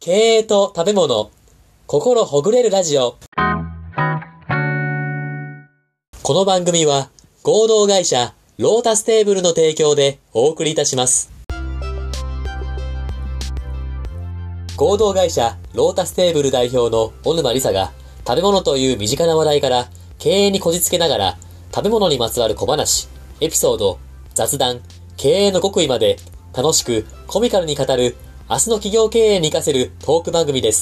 経営と食べ物、心ほぐれるラジオ。この番組は合同会社ロータステーブルの提供でお送りいたします。合同会社ロータステーブル代表の小沼理沙が、食べ物という身近な話題から経営にこじつけながら、食べ物にまつわる小話、エピソード、雑談、経営の極意まで楽しくコミカルに語る、明日の企業経営に活かせるトーク番組です。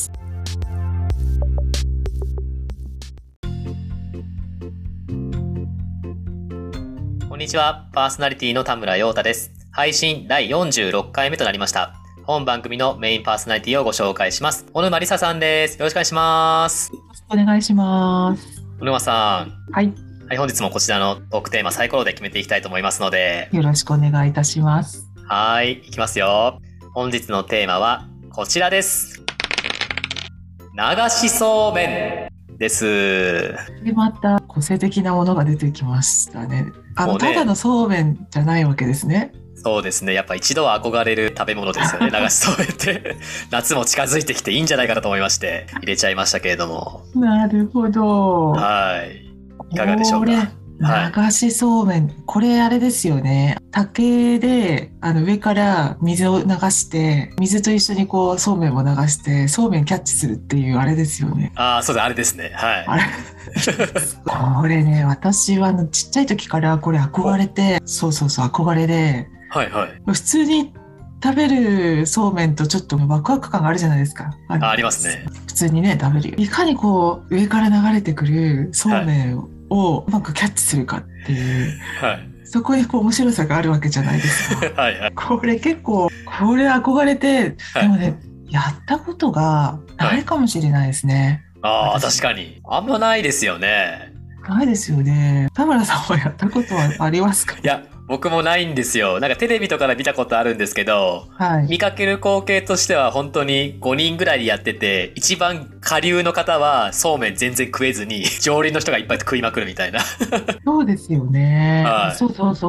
こんにちは、パーソナリティの田村陽太です。配信第46回目となりました。本番組のメインパーソナリティをご紹介します。小沼理沙さんです。よろしくお願いします。 よろしくお願いします。 小沼さん。 はい。 はい、本日もこちらのトークテーマサイコロで決めていきたいと思いますので。 よろしくお願いいたします。 はい、いきますよ。本日のテーマはこちらです。流しそうめんです。 で、また個性的なものが出てきましたね。ただのそうめんじゃないわけですね。 そうですね。やっぱ一度は憧れる食べ物ですよね。流しそうめんって。夏も近づいてきていいんじゃないかなと思いまして、入れちゃいましたけれども。 なるほど。 はい。いかがでしょうか。 流しそうめん、これあれですよね。竹で上から水を流して、水と一緒にこうそうめんを流してそうめんキャッチするっていうあれですよね。 ああ、そうです、あれですね。はい。 あれこれね、私はちっちゃい時からこれ憧れて、そう憧れで、 はいはい。 普通に食べるそうめんとちょっとワクワク感があるじゃないですか。 ありますね。 普通にね、食べるよ。いかにこう上から流れてくるそうめんをうまくキャッチするかっていう、はい、そこにこう面白さがあるわけじゃないですか。はいはい。これ結構、これ憧れて、はい、でもね、やったことがないかもしれないですね。 はい、ああ、確かに。あんまないですよね。 ないですよね。田村さんはやったことはありますか？ いや、僕もないんですよ。なんかテレビとかで見たことあるんですけど、はい、見かける光景としては本当に5人ぐらいでやってて、一番下流の方はそうめん全然食えずに、上流の人がいっぱい食いまくるみたいな。 そうですよね。はい、そう。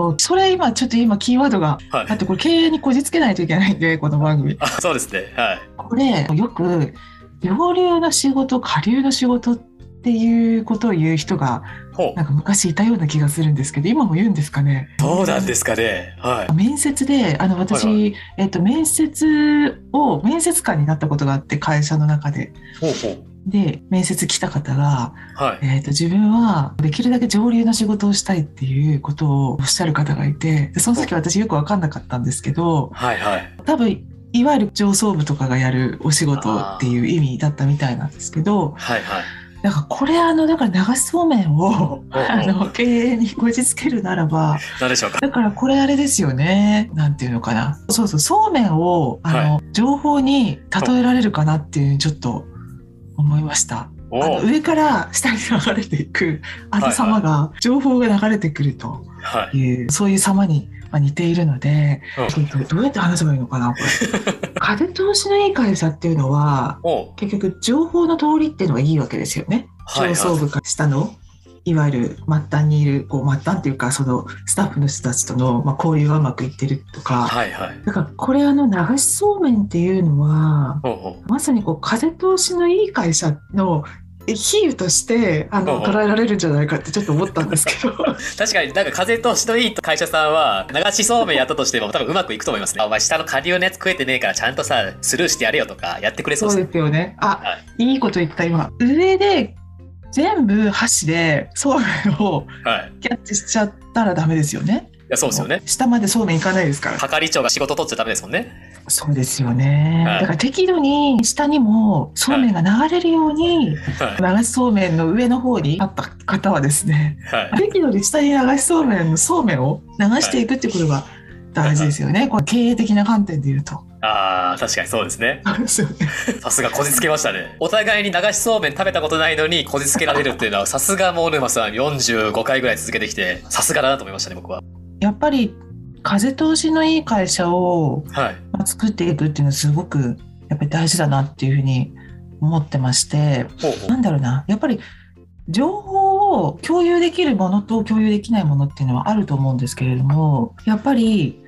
それちょっと今キーワードが、はい、あとこれ経営にこじつけないといけないんで、この番組。 あ、そうですね。はい。 これ、よく、上流の仕事、下流の仕事っていうことを言う人が、なんか昔いたような気がするんですけど、今も言うんですかね。 そうなんですかね。はい。 面接で私、はいはい、面接官になったことがあって、会社の中で。で面接来た方が、はい、自分はできるだけ上流の仕事をしたいっていうことをおっしゃる方がいて、その時私よく分かんなかったんですけど、はいはい、多分いわゆる上層部とかがやるお仕事っていう意味だったみたいなんですけど、はいはい、だからこれだから流しそうめんを経営にこじつけるならば、 何でしょうか。 だからこれあれですよね。なんていうのかな。そうめんをはい、情報に例えられるかなっていうちょっと思いました。上から下に流れていく様が情報が流れてくるという、そういう様に似ているので、どうやって話せばいいのかなこれ。風通しのいい会社っていうのは結局情報の通りっていうのがいいわけですよね。上層部から下のいわゆる末端にいる末端っていうかそのスタッフの人たちとの交流がうまくいってるとか、はいはい、だからこれ流しそうめんっていうのはまさに風通しのいい会社の比喩として捉えられるんじゃないかってちょっと思ったんですけど確かになんか風通しのいい会社さんは流しそうめんやったとしても多分うまくいくと思いますね。お前下の下流のやつ食えてねえからちゃんとさスルーしてやれよとかやってくれそうです。 そうですよね。はい、いいこと言った今。上で全部箸でそうめんをキャッチしちゃったらダメですよね。 いやそうですよね。 下までそうめんいかないですから。 係長が仕事取っちゃダメですもんね。 そうですよね。だから適度に下にもそうめんが流れるように、流しそうめんの上の方にあった方はですね、適度に下に流しそうめんのそうめんを流していくってことが大事ですよね。この経営的な観点で言うと。 ああ、確かにそうですね。さすがこじつけましたね。お互いに流しそうめん食べたことないのにこじつけられるっていうのはさすが大沼さん45回ぐらい続けてきてさすがだなと思いましたね僕は。やっぱり風通しのいい会社を作っていくっていうのはすごくやっぱり大事だなっていうふうに思ってまして、なんだろうな、やっぱり情報を共有できるものと共有できないものっていうのはあると思うんですけれども、やっぱり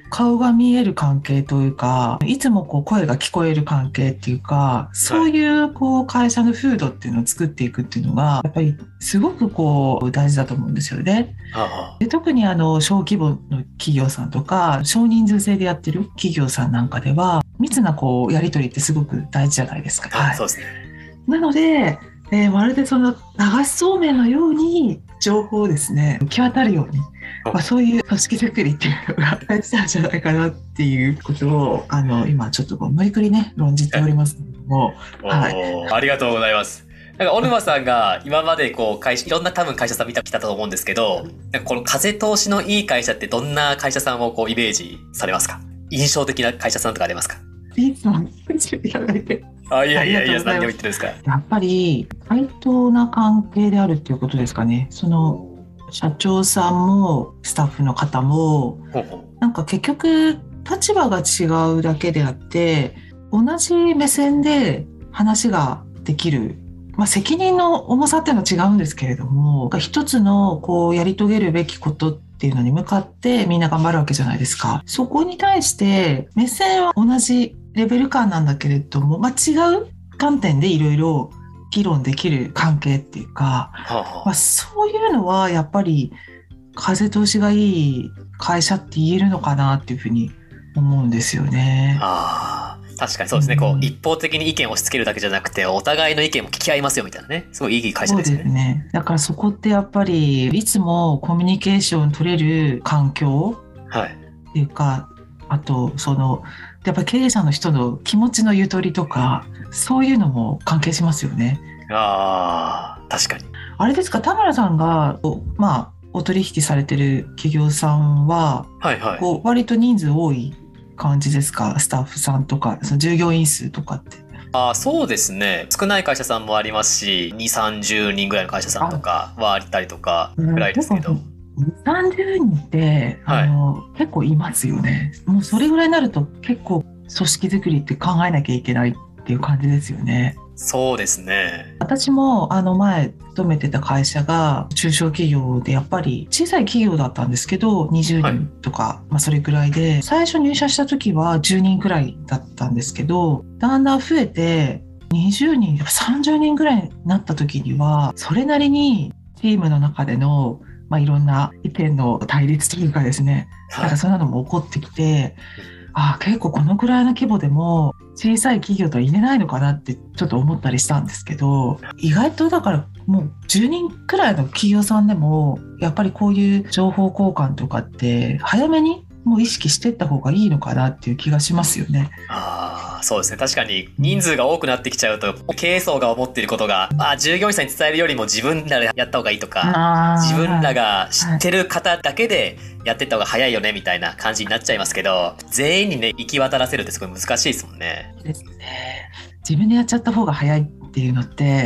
顔が見える関係というか、いつもこう声が聞こえる関係っていうか、そういうこう会社の風土っていうのを作っていくっていうのが、やっぱりすごくこう大事だと思うんですよね。で、特に小規模の企業さんとか、少人数制でやってる企業さんなんかでは、密なこうやり取りってすごく大事じゃないですか。 はい、そうですね。 なので、まるでその流しそうめんのように情報をですね、行き渡るように、そういう組織作りっていうのが大事なんじゃないかなっていうことを今ちょっと無理くりね論じておりますけれども、 はい、ありがとうございます。なんか小沼さんが今までこういろんな多分会社さん見てきたと思うんですけど、なんかこの風通しのいい会社ってどんな会社さんをこうイメージされますか？印象的な会社さんとかありますか？ いつもいただいて。 いや何を言ってるんですか？やっぱり対等な関係であるっていうことですかね。その社長さんもスタッフの方もなんか結局立場が違うだけであって同じ目線で話ができる、責任の重さっていうのは違うんですけれども、一つのこうやり遂げるべきことっていうのに向かってみんな頑張るわけじゃないですか。そこに対して目線は同じレベル感なんだけれども、違う観点でいろいろ議論できる関係っていうか、そういうのはやっぱり風通しがいい会社って言えるのかなっていうふうに思うんですよね。 確かにそうですね、こう一方的に意見を押し付けるだけじゃなくてお互いの意見も聞き合いますよみたいなね、すごいいい会社ですね。 そうですね。だからそこってやっぱりいつもコミュニケーション取れる環境っていうか、あとやっぱり経営者の人の気持ちのゆとりとかそういうのも関係しますよね。 確かに。 あれですか、田村さんがお取引されてる企業さんは、こう割と人数多い感じですか？スタッフさんとかその従業員数とかって。 そうですね、少ない会社さんもありますし、2、30人ぐらいの会社さんとかはあったりとかぐらいですけど、 30人って、結構いますよね。もうそれぐらいになると結構組織作りって考えなきゃいけないっていう感じですよね。 そうですね。 私も前勤めてた会社が中小企業でやっぱり小さい企業だったんですけど20人とか、それくらいで最初入社した時は10人くらいだったんですけど、だんだん増えて20人30人くらいになった時にはそれなりにチームの中でのいろんな意見の対立というかですね、なんかそんなのも起こってきて、結構このくらいの規模でも小さい企業とは言えないのかなってちょっと思ったりしたんですけど、意外とだからもう10人くらいの企業さんでもやっぱりこういう情報交換とかって早めにもう意識していった方がいいのかなっていう気がしますよね。 そうですね。確かに人数が多くなってきちゃうと経営層が思っていることが、従業員さんに伝えるよりも自分らでやった方がいいとか、自分らが知ってる方だけでやってった方が早いよねみたいな感じになっちゃいますけど、全員にね行き渡らせるってすごい難しいですもんね。 ですね。自分でやっちゃった方が早いっていうのって、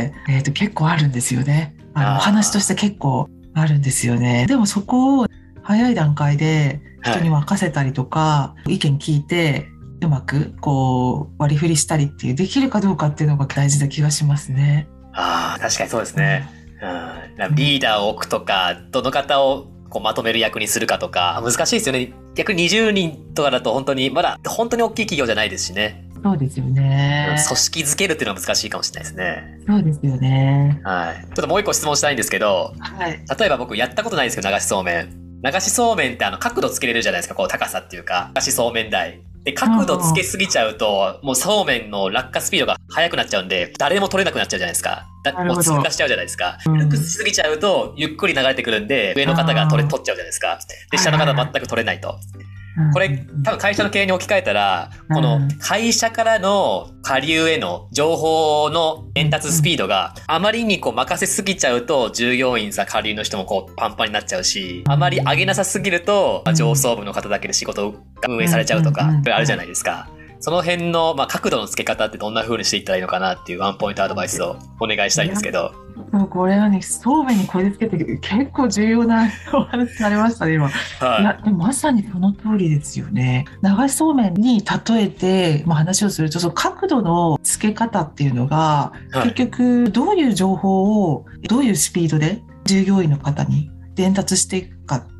結構あるんですよね。お話として結構あるんですよね。でもそこを早い段階で人に任せたりとか、意見聞いてうまくこう割り振りしたりっていうできるかどうかっていうのが大事な気がしますね。 確かにそうですね。リーダーを置くとか、どの方をこうまとめる役にするかとか難しいですよね。逆に20人とかだと本当にまだ本当に大きい企業じゃないですしね。 そうですよね。 組織づけるっていうのは難しいかもしれないですね。 そうですよね。 ちょっともう一個質問したいんですけど、例えば僕やったことないんですけど、流しそうめんって角度つけれるじゃないですか、こう高さっていうか、流しそうめん台で角度つけすぎちゃうともうそうめんの落下スピードが速くなっちゃうんで誰も取れなくなっちゃうじゃないですか。もう通過しちゃうじゃないですか。低くしすぎちゃうとゆっくり流れてくるんで上の方が取っちゃうじゃないですか。で下の方は全く取れないと。これ多分会社の経営に置き換えたら、この会社からの下流への情報の伝達スピードがあまりにこう任せすぎちゃうと従業員さ下流の人もこうパンパンになっちゃうし、あまり上げなさすぎると上層部の方だけで仕事が運営されちゃうとかあるじゃないですか。その辺の角度のつけ方ってどんな風にしていったらいいのかなっていうワンポイントアドバイスをお願いしたいんですけど。 これはね、そうめんにこれつけて結構重要なお話されましたね今。でもまさにその通りですよね。流しそうめんに例えて、話をするとその角度のつけ方っていうのが、結局どういう情報をどういうスピードで従業員の方に伝達していくかっ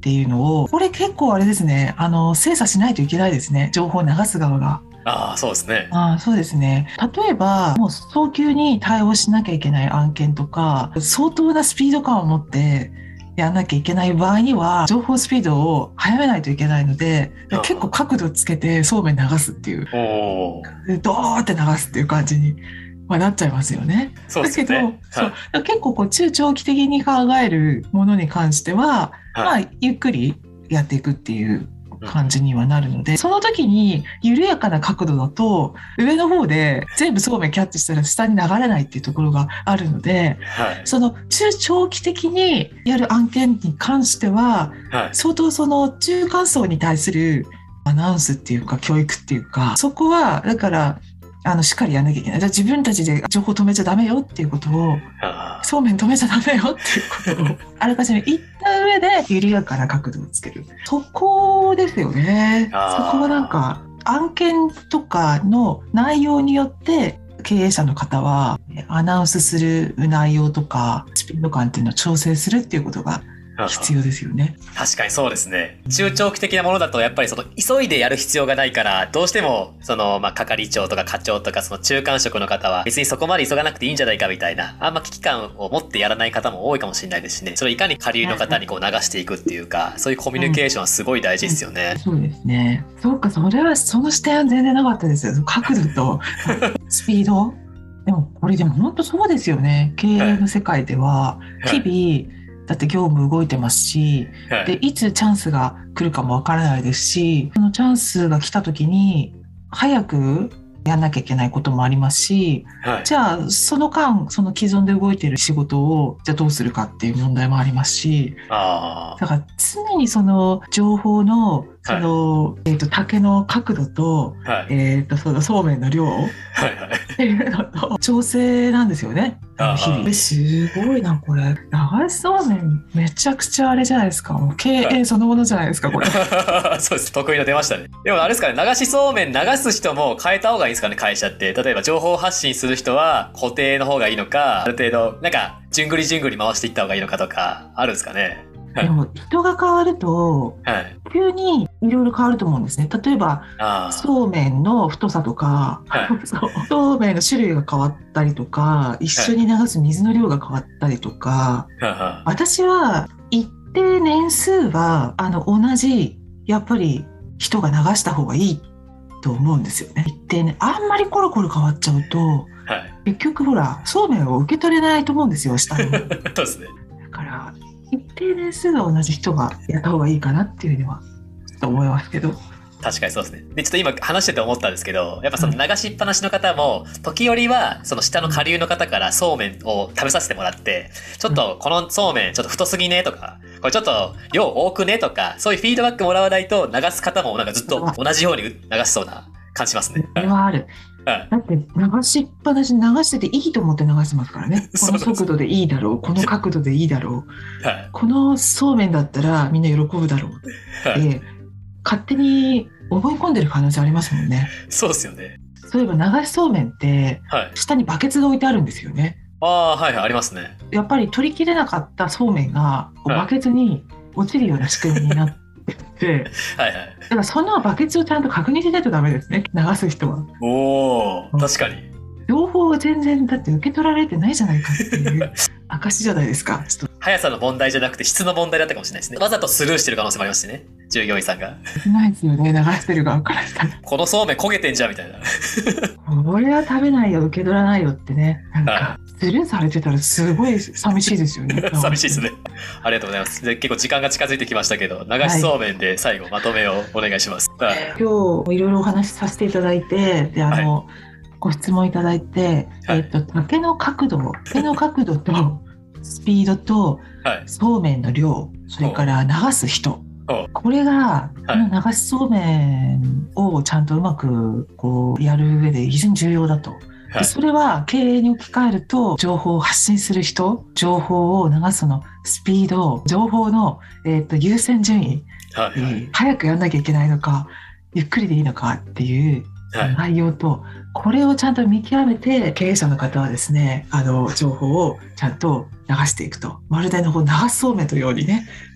っていうのを、これ結構あれですね、精査しないといけないですね、情報を流す側が。 ああ、そうですね。 そうですね。例えば、もう早急に対応しなきゃいけない案件とか、相当なスピード感を持ってやんなきゃいけない場合には、情報スピードを速めないといけないので、結構角度つけてそうめん流すっていう、ドーって流すっていう感じに、なっちゃいますよね。 そうですね。 だけど、そう結構こう中長期的に考えるものに関しては、ゆっくりやっていくっていう感じにはなるので、その時に緩やかな角度だと上の方で全部そうめんキャッチしたら下に流れないっていうところがあるので、その中長期的にやる案件に関しては、相当その中間層に対するアナウンスっていうか教育っていうか、そこはだからしっかりやんなきゃいけない。自分たちで情報止めちゃダメよっていうことを、そうめん止めちゃダメよっていうことをあらかじめ言った上で緩やかな角度をつける。そこですよね。そこはなんか案件とかの内容によって経営者の方はアナウンスする内容とかスピード感っていうのを調整するっていうことが必要ですよね。 確かにそうですね。中長期的なものだとやっぱりその急いでやる必要がないから、どうしてもその係長とか課長とかその中間職の方は別にそこまで急がなくていいんじゃないかみたいな、あんま危機感を持ってやらない方も多いかもしれないですしね。それをいかに下流の方にこう流していくっていうか、そういうコミュニケーションはすごい大事ですよね。 そうですね。そうか、それはその視点は全然なかったですよ。角度とスピード。でもこれでも本当そうですよね。経営の世界では日々だって業務動いてますし、でいつチャンスが来るかもわからないですし、そのチャンスが来た時に早くやんなきゃいけないこともありますし、じゃあその間その既存で動いている仕事をじゃあどうするかっていう問題もありますし、だから常にその情報のその、竹の角度と、そのそうめんの量っていうのと調整なんですよね。日々すごいなこれ。流しそうめんめちゃくちゃあれじゃないですか。経営そのものじゃないですかこれ。 そうです。得意の出ましたね。でもあれですかね、流しそうめん流す人も変えた方がいいですかね、会社って。例えば情報発信する人は固定の方がいいのか、ある程度なんかじゅんぐりじゅんぐり回していった方がいいのかとかあるんですかね。 でも人が変わると、急にいろいろ変わると思うんですね。例えばそうめんの太さとか、そうめんの種類が変わったりとか、一緒に流す水の量が変わったりとか、私は一定年数は同じやっぱり人が流した方がいいと思うんですよね。一定ね、あんまりコロコロ変わっちゃうと、結局ほらそうめんを受け取れないと思うんですよ、下の。そうですね。 だから一定年数が同じ人がやった方がいいかなっていうのはちょっと思いますけど。 確かにそうですね。で、ちょっと今話してて思ったんですけど、やっぱその流しっぱなしの方も、時折はその下の下流の方からそうめんを食べさせてもらって、ちょっとこのそうめんちょっと太すぎねとか、これちょっと量多くねとか、そういうフィードバックもらわないと流す方もなんかずっと同じように流しそうな感じしますね。 それはある。だって流しっぱなし流してていいと思って流してますからね。この速度でいいだろう、この角度でいいだろう、このそうめんだったらみんな喜ぶだろうって、勝手に思い込んでる可能性ありますもんね。 そうですよね。 そういえば流しそうめんって下にバケツが置いてあるんですよね。 ありますね。 やっぱり取りきれなかったそうめんがバケツに落ちるような仕組みになっててだからそのバケツをちゃんと確認しないとダメですね、流す人は。確かに情報が全然だって受け取られてないじゃないかっていう証じゃないですか。ちょっと速さの問題じゃなくて質の問題だったかもしれないですね。わざとスルーしてる可能性もありますしね、従業員さんが。 ないですよね、流してる側からしたら。 このそうめん焦げてんじゃんみたいな。 これは食べないよ、受け取らないよってね、なんかスルーされてたらすごい寂しいですよね。 寂しいですね。ありがとうございます。で、結構時間が近づいてきましたけど、流しそうめんで最後まとめをお願いします。 今日いろいろお話しさせていただいて、でご質問いただいて、竹の角度とスピードと、そうめんの量、それから流す人、これが、流しそうめんをちゃんとうまくこうやる上で非常に重要だと。でそれは経営に置き換えると、情報を発信する人、情報を流すのスピード、情報の、優先順位、早くやんなきゃいけないのかゆっくりでいいのかっていう内容と、これをちゃんと見極めて経営者の方はですね、情報をちゃんと流していくと、まるで流しそうめんのようにね、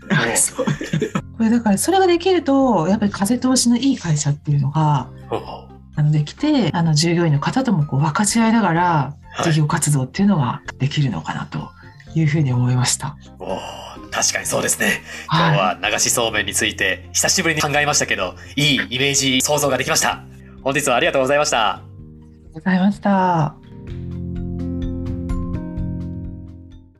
そうこれだからそれができるとやっぱり風通しのいい会社っていうのができて、従業員の方ともこう分かち合いながら事業活動っていうのができるのかなというふうに思いました。 確かにそうですね。今日は流しそうめんについて久しぶりに考えましたけど、いいイメージ想像ができました。本日はありがとうございました。 ありがとうございました。